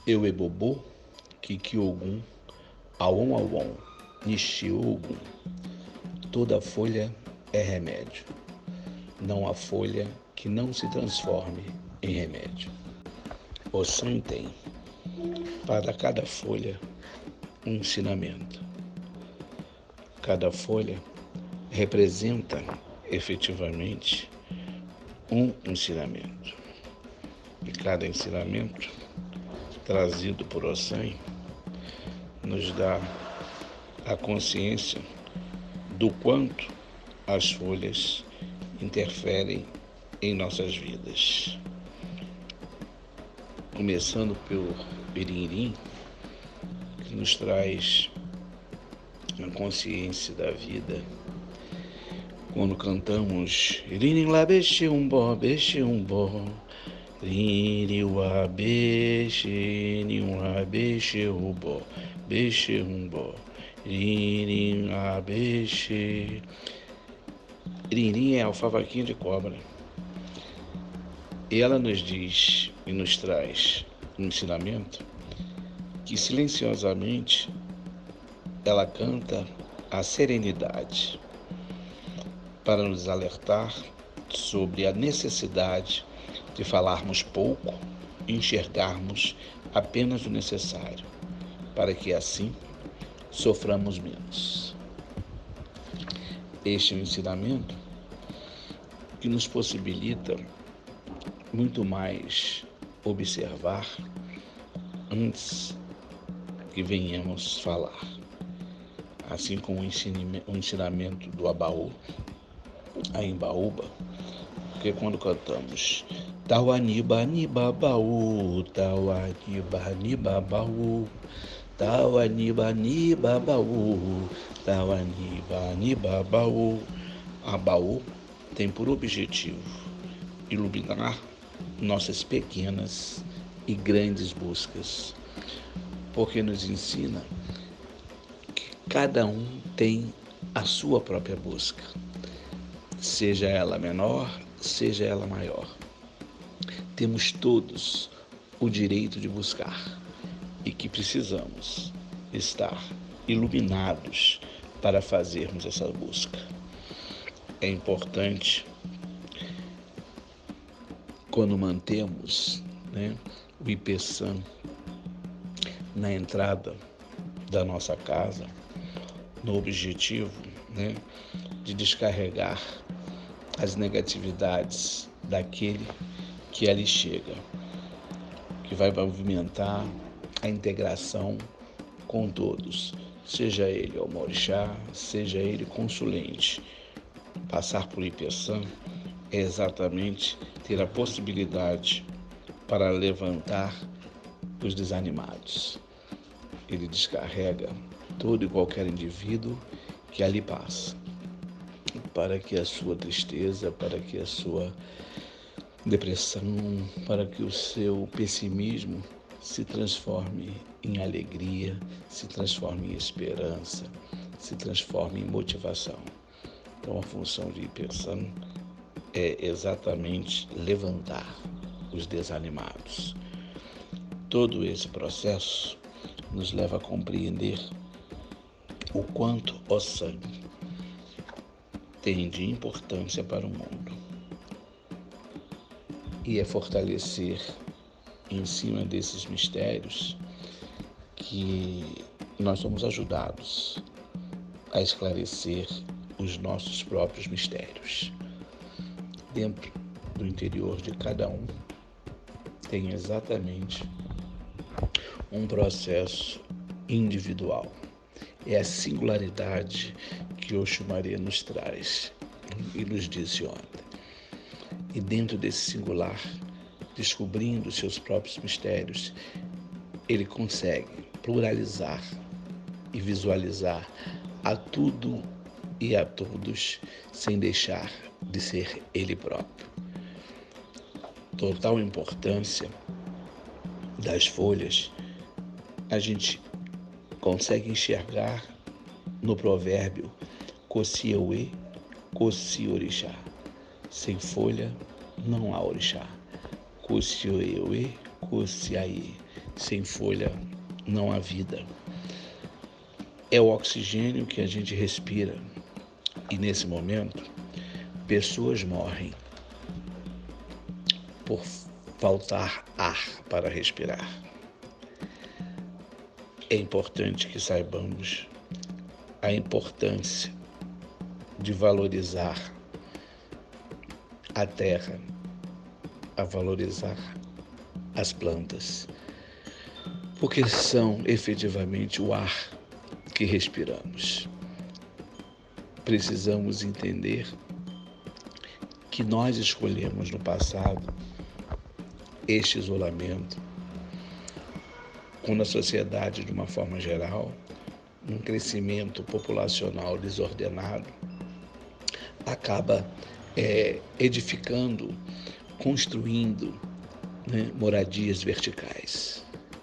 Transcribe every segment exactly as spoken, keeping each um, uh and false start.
Eu e Bobô, Kiki Ogum, Awon Awon, Nishi Ogum. Toda folha é remédio. Não há folha que não se transforme em remédio. O sonho tem, para cada folha, um ensinamento. Cada folha representa, efetivamente, um ensinamento. E cada ensinamento, trazido por Ossan, nos dá a consciência do quanto as folhas interferem em nossas vidas. Começando pelo Iririm, que nos traz a consciência da vida. Quando cantamos Iririm lá bexe um bó, bexe um bó, Iririm lá bexe, Iririm lá bexe um bó, bexe um bó, Iririm lá bexe. Iririm é a alfavaquinha de cobra. E ela nos diz e nos traz um ensinamento que silenciosamente ela canta a serenidade para nos alertar sobre a necessidade de falarmos pouco e enxergarmos apenas o necessário, para que assim soframos menos. Este é um ensinamento que nos possibilita muito mais observar antes que venhamos falar. Assim como o ensinamento do Abaú, a Embaúba, porque quando cantamos Tauaniba Niba Baú, Tauaniba Niba Baú, Tauaniba Niba Baú, Tauaniba Niba Baú, Abaú tem por objetivo iluminar nossas pequenas e grandes buscas, porque nos ensina que cada um tem a sua própria busca, seja ela menor, seja ela maior. Temos todos o direito de buscar e que precisamos estar iluminados para fazermos essa busca. É importante, quando mantemos né, o Ipeçã na entrada da nossa casa, no objetivo né, de descarregar as negatividades daquele que ali chega, que vai movimentar a integração com todos, seja ele almorixá, seja ele consulente. Passar por Ipeçã é exatamente ter a possibilidade para levantar os desanimados. Ele descarrega todo e qualquer indivíduo que ali passa, para que a sua tristeza, para que a sua depressão, para que o seu pessimismo se transforme em alegria, se transforme em esperança, se transforme em motivação. Então a função de Ipeçã é exatamente levantar os desanimados. Todo esse processo nos leva a compreender o quanto Ossan tem de importância para o mundo. E é fortalecer em cima desses mistérios que nós somos ajudados a esclarecer os nossos próprios mistérios. Dentro do interior de cada um tem exatamente um processo individual. É a singularidade que Oxumaré nos traz e nos disse ontem. E dentro desse singular, descobrindo seus próprios mistérios, ele consegue pluralizar e visualizar a tudo e a todos, sem deixar de ser ele próprio. Total importância das folhas, a gente consegue enxergar no provérbio Kocieuê, Koci Orixá. Sem folha não há orixá. Kocieuê, Kociaê. Sem folha não há vida. É o oxigênio que a gente respira. E nesse momento, pessoas morrem por faltar ar para respirar. É importante que saibamos a importância de valorizar a terra, a valorizar as plantas, porque são efetivamente o ar que respiramos. Precisamos entender que nós escolhemos no passado este isolamento, quando a sociedade, de uma forma geral, um crescimento populacional desordenado, acaba é, edificando, construindo, né, moradias verticais.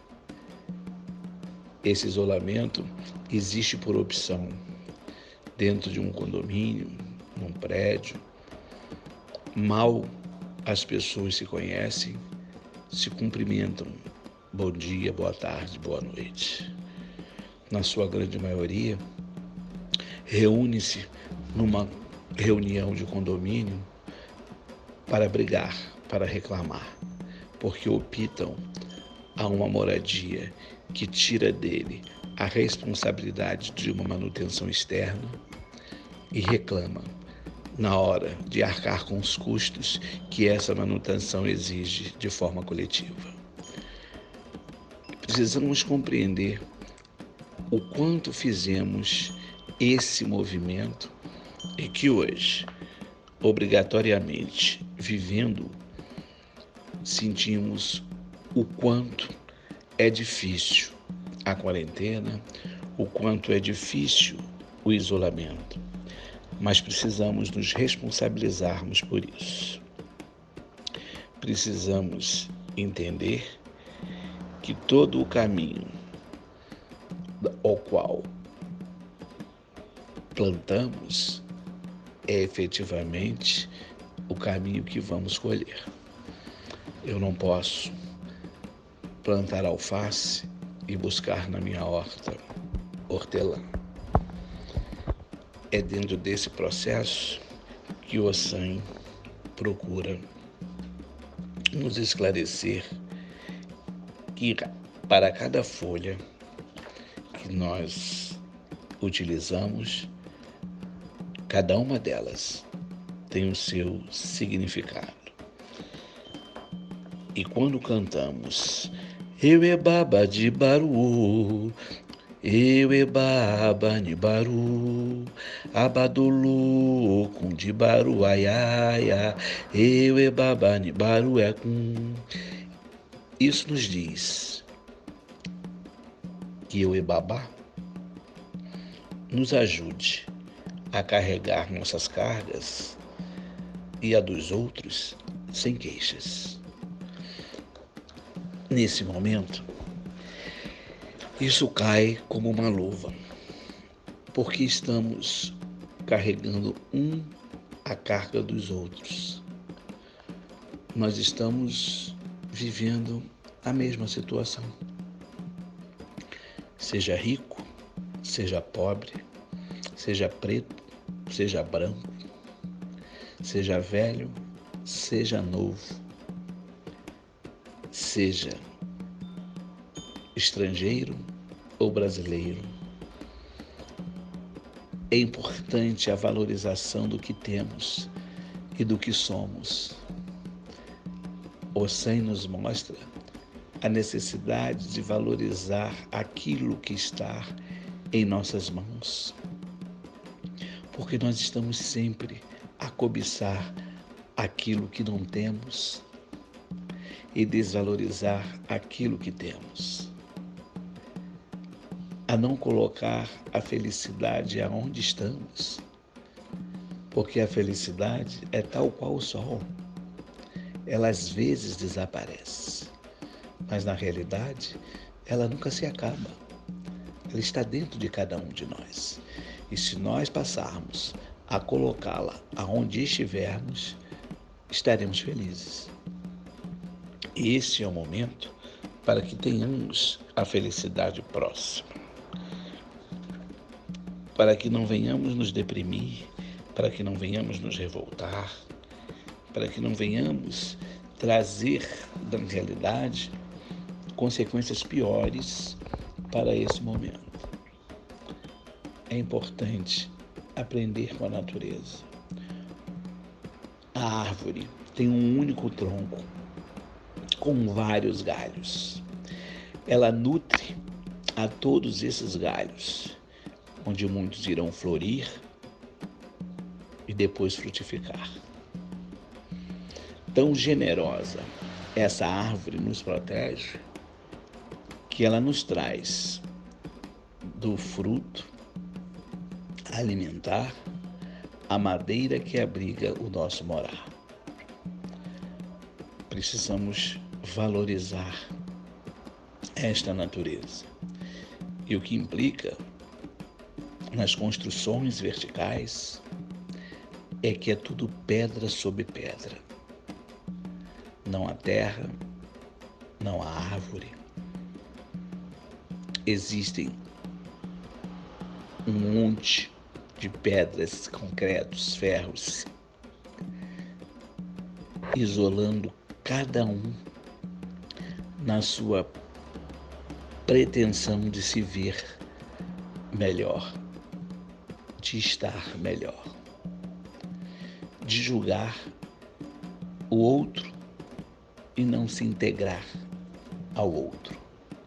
Esse isolamento existe por opção dentro de um condomínio, num prédio. Mal as pessoas se conhecem, se cumprimentam. Bom dia, boa tarde, boa noite. Na sua grande maioria, reúne-se numa reunião de condomínio para brigar, para reclamar, porque optam a uma moradia que tira dele a responsabilidade de uma manutenção externa e reclama na hora de arcar com os custos que essa manutenção exige de forma coletiva. Precisamos compreender o quanto fizemos esse movimento e que hoje, obrigatoriamente vivendo, sentimos o quanto é difícil a quarentena, o quanto é difícil o isolamento, mas precisamos nos responsabilizarmos por isso. Precisamos entender que todo o caminho ao qual plantamos é efetivamente o caminho que vamos colher. Eu não posso plantar alface e buscar na minha horta hortelã. É dentro desse processo que o Ossan procura nos esclarecer que para cada folha que nós utilizamos, cada uma delas tem o seu significado. E quando cantamos Eu e baba de baru, eu e baba de baru, abadolu com de baru aiaia, eu e baba de baru é com. Isso nos diz que eu e babá nos ajude a carregar nossas cargas e a dos outros sem queixas. Nesse momento, isso cai como uma luva, porque estamos carregando um a carga dos outros. Nós estamos vivendo a mesma situação. Seja rico, seja pobre, seja preto, seja branco, seja velho, seja novo, seja estrangeiro ou brasileiro. É importante a valorização do que temos e do que somos. Ossan nos mostra a necessidade de valorizar aquilo que está em nossas mãos, porque nós estamos sempre a cobiçar aquilo que não temos e desvalorizar aquilo que temos, a não colocar a felicidade aonde estamos, porque a felicidade é tal qual o sol, ela às vezes desaparece, mas na realidade ela nunca se acaba, ela está dentro de cada um de nós, e se nós passarmos a colocá-la aonde estivermos, estaremos felizes. Esse é o momento para que tenhamos a felicidade próxima, para que não venhamos nos deprimir, para que não venhamos nos revoltar, para que não venhamos trazer da realidade consequências piores para esse momento. É importante aprender com a natureza. A árvore tem um único tronco com vários galhos. Ela nutre a todos esses galhos, onde muitos irão florir e depois frutificar. Tão generosa essa árvore nos protege, que ela nos traz do fruto alimentar a madeira que abriga o nosso morar. Precisamos valorizar esta natureza, e o que implica nas construções verticais é que é tudo pedra sobre pedra. Não há terra, não há árvore. Existem um monte de pedras, concretos, ferros, isolando cada um na sua pretensão de se ver melhor, de estar melhor, de julgar o outro e não se integrar ao outro.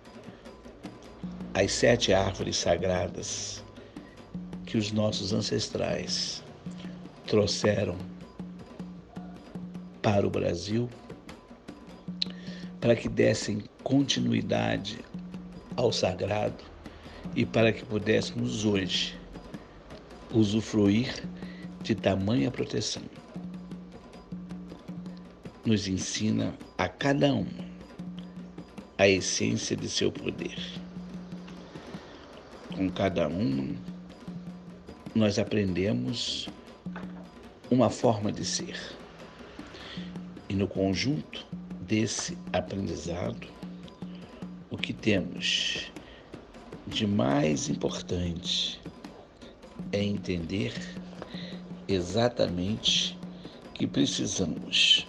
As sete árvores sagradas que os nossos ancestrais trouxeram para o Brasil, para que dessem continuidade ao sagrado e para que pudéssemos hoje usufruir de tamanha proteção. Nos ensina a cada um a essência de seu poder. Com cada um, nós aprendemos uma forma de ser. E no conjunto desse aprendizado, o que temos de mais importante é entender exatamente que precisamos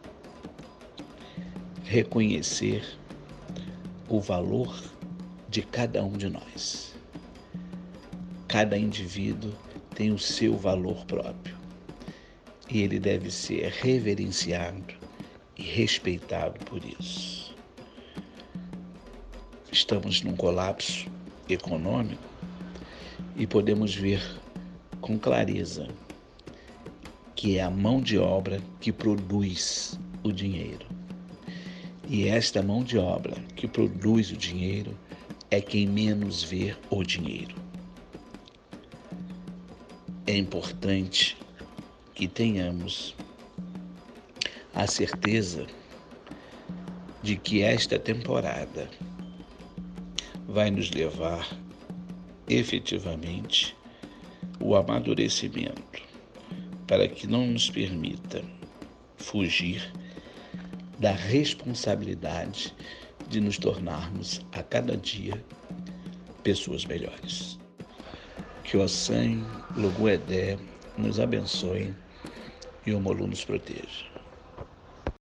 reconhecer o valor de cada um de nós. Cada indivíduo tem o seu valor próprio e ele deve ser reverenciado e respeitado por isso. Estamos num colapso econômico e podemos ver com clareza que é a mão de obra que produz o dinheiro. E esta mão de obra que produz o dinheiro é quem menos vê o dinheiro. É importante que tenhamos a certeza de que esta temporada vai nos levar efetivamente o amadurecimento para que não nos permita fugir da responsabilidade de nos tornarmos a cada dia pessoas melhores. Que o Ossan Loguedé nos abençoe e o Molu nos proteja.